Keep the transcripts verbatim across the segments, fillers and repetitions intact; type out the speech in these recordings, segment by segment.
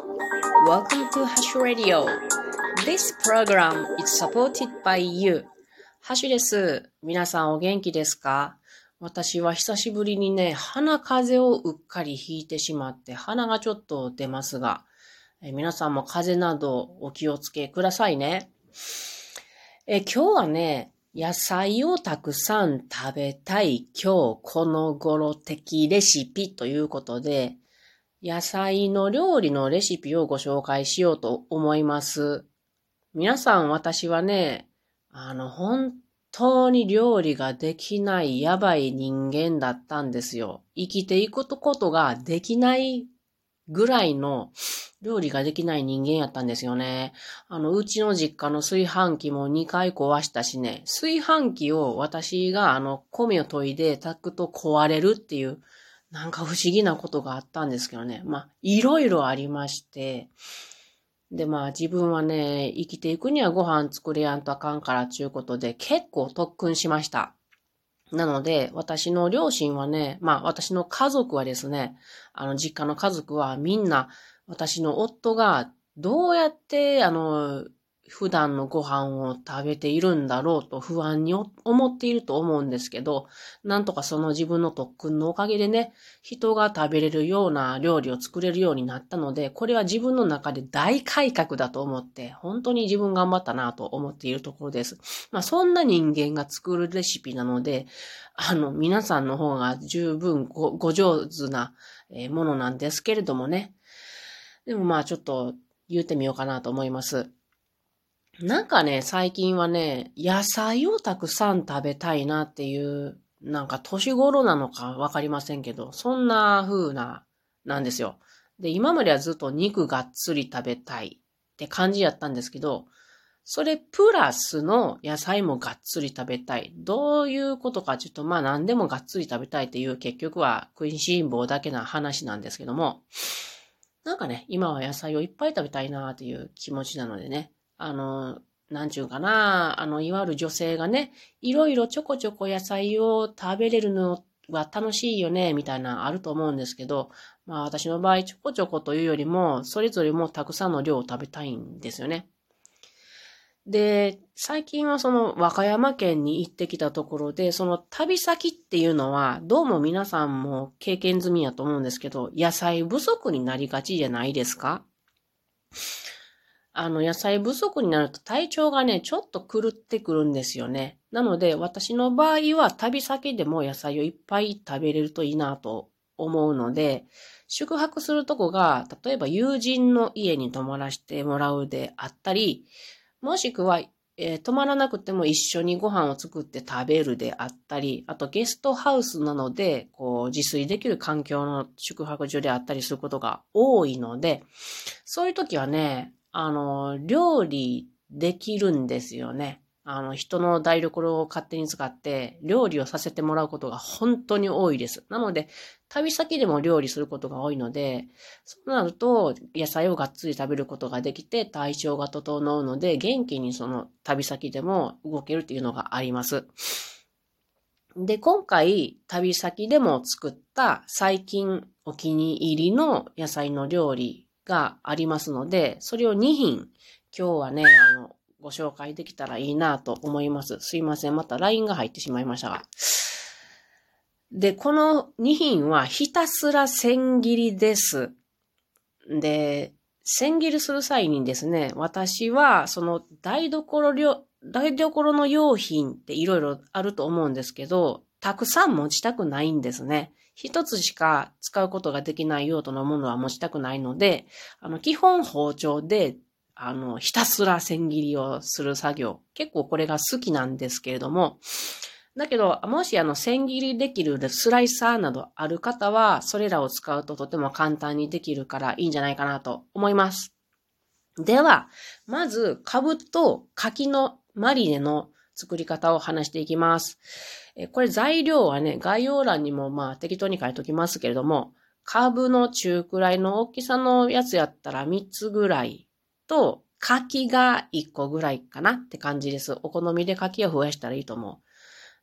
Welcome to Hash Radio. This program is supported by you. ハッシュです。皆さんお元気ですか？私は久しぶりにね、鼻風邪をうっかりひいてしまって、鼻がちょっと出ますが、え皆さんも風邪などお気をつけくださいね。え今日はね、野菜をたくさん食べたい今日この頃的レシピということで、野菜の料理のレシピをご紹介しようと思います。皆さん、私はね、あの、本当に料理ができないやばい人間だったんですよ。生きていくことができないぐらいの料理ができない人間やったんですよね。あの、うちの実家の炊飯器もにかい壊したしね、炊飯器を私があの、米を研いで炊くと壊れるっていう、なんか不思議なことがあったんですけどね。まあ、いろいろありまして。で、まあ自分はね、生きていくにはご飯作れやんとあかんからちゅうことで結構特訓しました。なので、私の両親はね、まあ私の家族はですね、あの実家の家族はみんな私の夫がどうやってあの、普段のご飯を食べているんだろうと不安に思っていると思うんですけど、なんとかその自分の特訓のおかげでね、人が食べれるような料理を作れるようになったので、これは自分の中で大改革だと思って、本当に自分頑張ったなと思っているところです。まあそんな人間が作るレシピなので、あの皆さんの方が十分 ご, ご上手なものなんですけれどもね。でもまあちょっと言ってみようかなと思います。なんかね、最近はね、野菜をたくさん食べたいなっていう、なんか年頃なのかわかりませんけど、そんな風な、なんですよ。で、今まではずっと肉がっつり食べたいって感じやったんですけど、それプラスの野菜もがっつり食べたい。どういうことかちょっとまあ何でもがっつり食べたいっていう結局は食いしん坊だけな話なんですけども、なんかね、今は野菜をいっぱい食べたいなっていう気持ちなのでね、あの、なんちゅうかな、あの、いわゆる女性がね、いろいろちょこちょこ野菜を食べれるのは楽しいよね、みたいなあると思うんですけど、まあ私の場合ちょこちょこというよりも、それぞれもたくさんの量を食べたいんですよね。で、最近はその和歌山県に行ってきたところで、その旅先っていうのは、どうも皆さんも経験済みやと思うんですけど、野菜不足になりがちじゃないですか？あの、野菜不足になると体調がね、ちょっと狂ってくるんですよね。なので、私の場合は旅先でも野菜をいっぱい食べれるといいなと思うので、宿泊するとこが、例えば友人の家に泊まらせてもらうであったり、もしくは、えー泊まらなくても一緒にご飯を作って食べるであったり、あとゲストハウスなので、こう、自炊できる環境の宿泊所であったりすることが多いので、そういう時はね、あの、料理できるんですよね。あの、人の台所を勝手に使って料理をさせてもらうことが本当に多いです。なので、旅先でも料理することが多いので、そうなると野菜をがっつり食べることができて体調が整うので、元気にその旅先でも動けるっていうのがあります。で、今回旅先でも作った最近お気に入りの野菜の料理がありますので、それをに品今日はね、あの、ご紹介できたらいいなと思います。すいません。また ライン が入ってしまいましたが。で、このに品はひたすら千切りです。で、千切りする際にですね、私はその台所料、台所の用品っていろいろあると思うんですけど、たくさん持ちたくないんですね。一つしか使うことができない用途のものは持ちたくないので、あの、基本包丁で、あの、ひたすら千切りをする作業。結構これが好きなんですけれども、だけど、もしあの、千切りできるスライサーなどある方は、それらを使うととても簡単にできるからいいんじゃないかなと思います。では、まず、かぶと柿のマリネの作り方を話していきます。えこれ材料はね、概要欄にもまあ適当に書いときますけれども、かぶの中くらいの大きさのやつやったらみっつぐらいと、柿がいっこぐらいかなって感じです。お好みで柿を増やしたらいいと思う。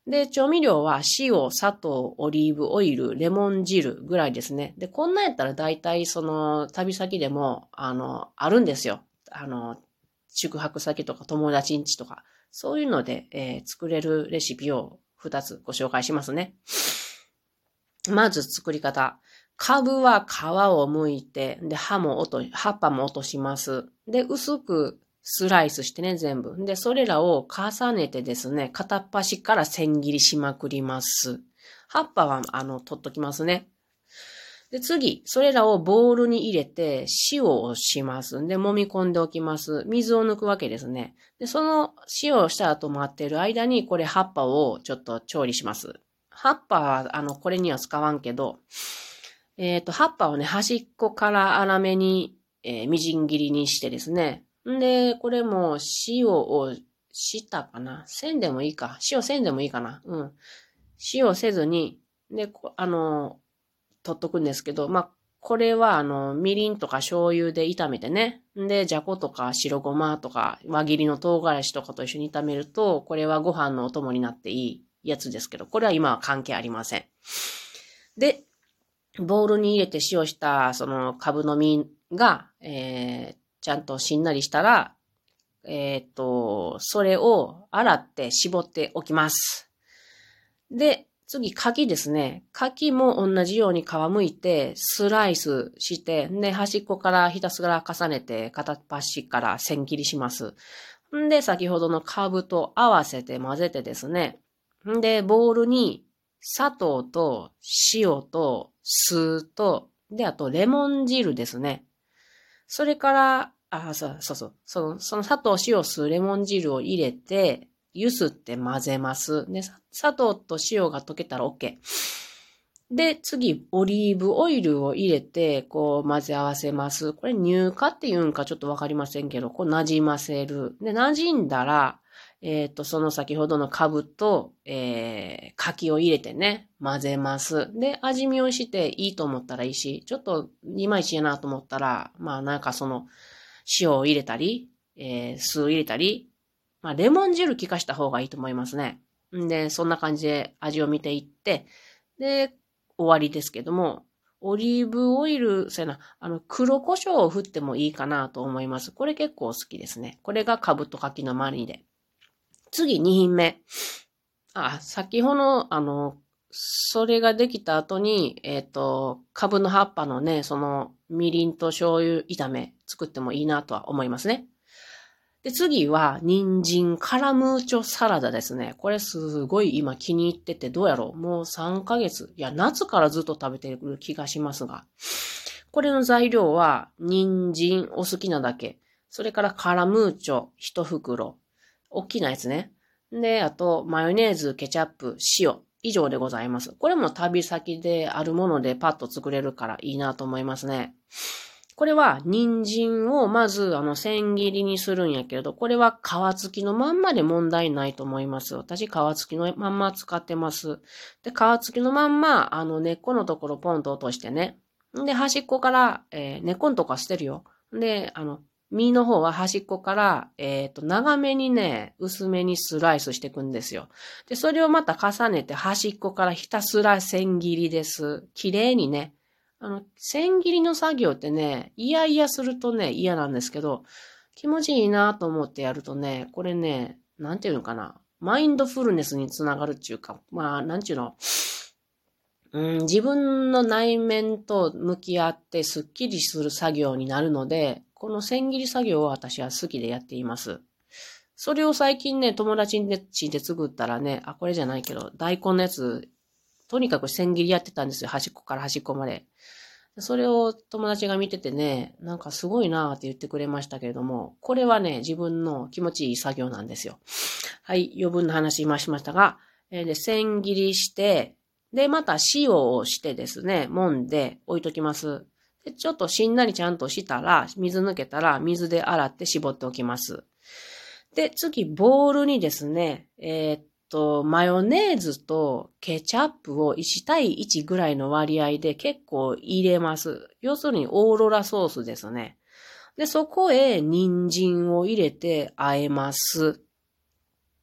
で、調味料は塩、砂糖、オリーブオイル、レモン汁ぐらいですね。で、こんなんやったら大体その旅先でも、あの、あるんですよ。あの、宿泊先とか友達ん家とか、そういうので、えー作れるレシピをふたつご紹介しますね。まず作り方。カブは皮を剥いて、で、葉も落と、葉っぱも落とします。で、薄くスライスしてね、全部。で、それらを重ねてですね、片っ端から千切りしまくります。葉っぱは、あの、取っときますね。で、次、それらをボウルに入れて塩をします。で、揉み込んでおきます。水を抜くわけですね。で、その塩をした後待っている間に、これ葉っぱをちょっと調理します。葉っぱは、あの、これには使わんけど、えっと、葉っぱをね、端っこから粗めに、えーみじん切りにしてですね。んで、これも塩をしたかな。せんでもいいか。塩せんでもいいかな。うん。塩せずに、で、こあの、取っとくんですけど、まあ、これは、あの、みりんとか醤油で炒めてね。で、じゃことか白ごまとか、輪切りの唐辛子とかと一緒に炒めると、これはご飯のお供になっていいやつですけど、これは今は関係ありません。で、ボウルに入れて塩した、その、カブの実が、えー、ちゃんとしんなりしたら、えーっと、それを洗って絞っておきます。で、次、柿ですね。柿も同じように皮剥いて、スライスして、で、端っこからひたすら重ねて、片っ端から千切りします。んで、先ほどのカブと合わせて混ぜてですね。んで、ボウルに砂糖と塩と酢と、で、あとレモン汁ですね。それから、あ、そうそうそう。その、その砂糖、塩、酢、レモン汁を入れて、ゆすって混ぜます。で、砂糖と塩が溶けたら OK。で、次、オリーブオイルを入れて、こう混ぜ合わせます。これ乳化って言うんかちょっとわかりませんけど、こう馴染ませる。で、馴染んだら、えっと、その先ほどのカブと、えー、柿を入れてね、混ぜます。で、味見をしていいと思ったらいいし、ちょっといまいちやなと思ったら、まあなんかその、塩を入れたり、えー、酢を入れたり、まあレモン汁効かした方がいいと思いますね。んで、そんな感じで味を見ていって、で、終わりですけども、オリーブオイル、そうやな、あの、黒胡椒を振ってもいいかなと思います。これ結構好きですね。これがカブと柿のマリネ。次、に品目。あ、先ほど、あの、それができた後に、えっと、カブの葉っぱのね、その、みりんと醤油炒め作ってもいいなとは思いますね。で、次は、人参カラムーチョサラダですね。これすごい今気に入ってて、どうやろうもうさんかげつ。いや、夏からずっと食べてる気がしますが。これの材料は、人参お好きなだけ。それからカラムーチョいち袋。大きなやつね。で、あと、マヨネーズ、ケチャップ、塩。以上でございます。これも旅先であるものでパッと作れるからいいなと思いますね。これは、人参をまず、あの、千切りにするんやけれど、これは皮付きのまんまで問題ないと思います。私、皮付きのまんま使ってます。で、皮付きのまんま、あの、根っこのところポンと落としてね。で、端っこから、えー、根っこのとこは捨てるよ。で、あの、実の方は端っこから、えっと、長めにね、薄めにスライスしていくんですよ。で、それをまた重ねて端っこからひたすら千切りです。綺麗にね。あの、千切りの作業ってね、いやいやするとね、嫌なんですけど、気持ちいいなと思ってやるとね、これね、なんていうのかな。マインドフルネスにつながるっていうか、まあ、なんていうの、うん、自分の内面と向き合ってスッキリする作業になるので、この千切り作業を私は好きでやっています。それを最近ね、友達にで作ったらね、あ、これじゃないけど、大根のやつ、とにかく千切りやってたんですよ。端っこから端っこまで。それを友達が見ててね、なんかすごいなーって言ってくれましたけれども、これはね、自分の気持ちいい作業なんですよ。はい、余分な話今しましたが、えー、で、千切りして、で、また塩をしてですね、揉んで置いときます。で、ちょっとしんなりちゃんとしたら、水抜けたら水で洗って絞っておきます。で、次、ボウルにですね、えー、っと、マヨネーズとケチャップをいち対いちぐらいの割合で結構入れます。要するにオーロラソースですね。で、そこへ人参を入れて和えます。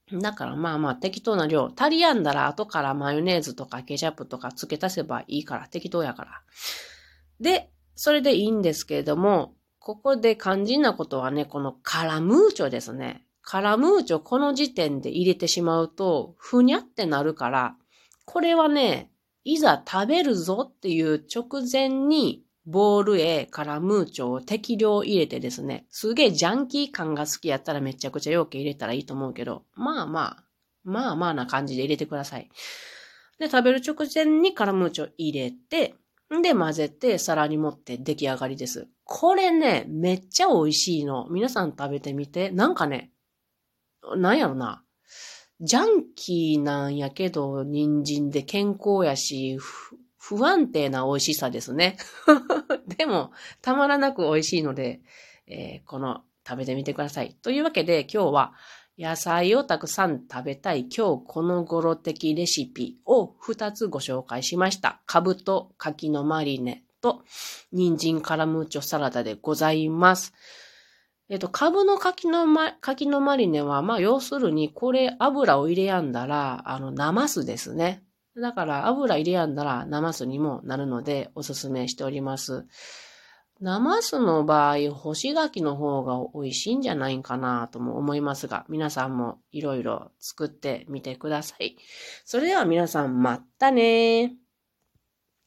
だからまあまあ適当な量。足りやんだら後からマヨネーズとかケチャップとか付け足せばいいから、適当やから。で、それでいいんですけれども、ここで肝心なことはね、このカラムーチョですね。カラムーチョこの時点で入れてしまうと、ふにゃってなるから、これはね、いざ食べるぞっていう直前に、ボウルへカラムーチョを適量入れてですね、すげえジャンキー感が好きやったらめちゃくちゃ容器入れたらいいと思うけど、まあまあ、まあまあな感じで入れてください。で、食べる直前にカラムーチョ入れて、で、混ぜて皿に盛って出来上がりです。これね、めっちゃ美味しいの。皆さん食べてみて。なんかね、なんやろな。ジャンキーなんやけど、人参で健康やし、不安定な美味しさですね。でも、たまらなく美味しいので、えー、この、食べてみてください。というわけで、今日は、野菜をたくさん食べたい今日この頃的レシピをふたつご紹介しました。カブと柿のマリネと人参カラムーチョサラダでございます。えっと、カブの柿のま、柿のマリネは、まあ、要するに、これ油を入れやんだら、あの、ナマスですね。だから、油入れやんだら、ナマスにもなるので、おすすめしております。ナマスの場合、干し柿の方が美味しいんじゃないかなとも思いますが、皆さんもいろいろ作ってみてください。それでは皆さん、またねー。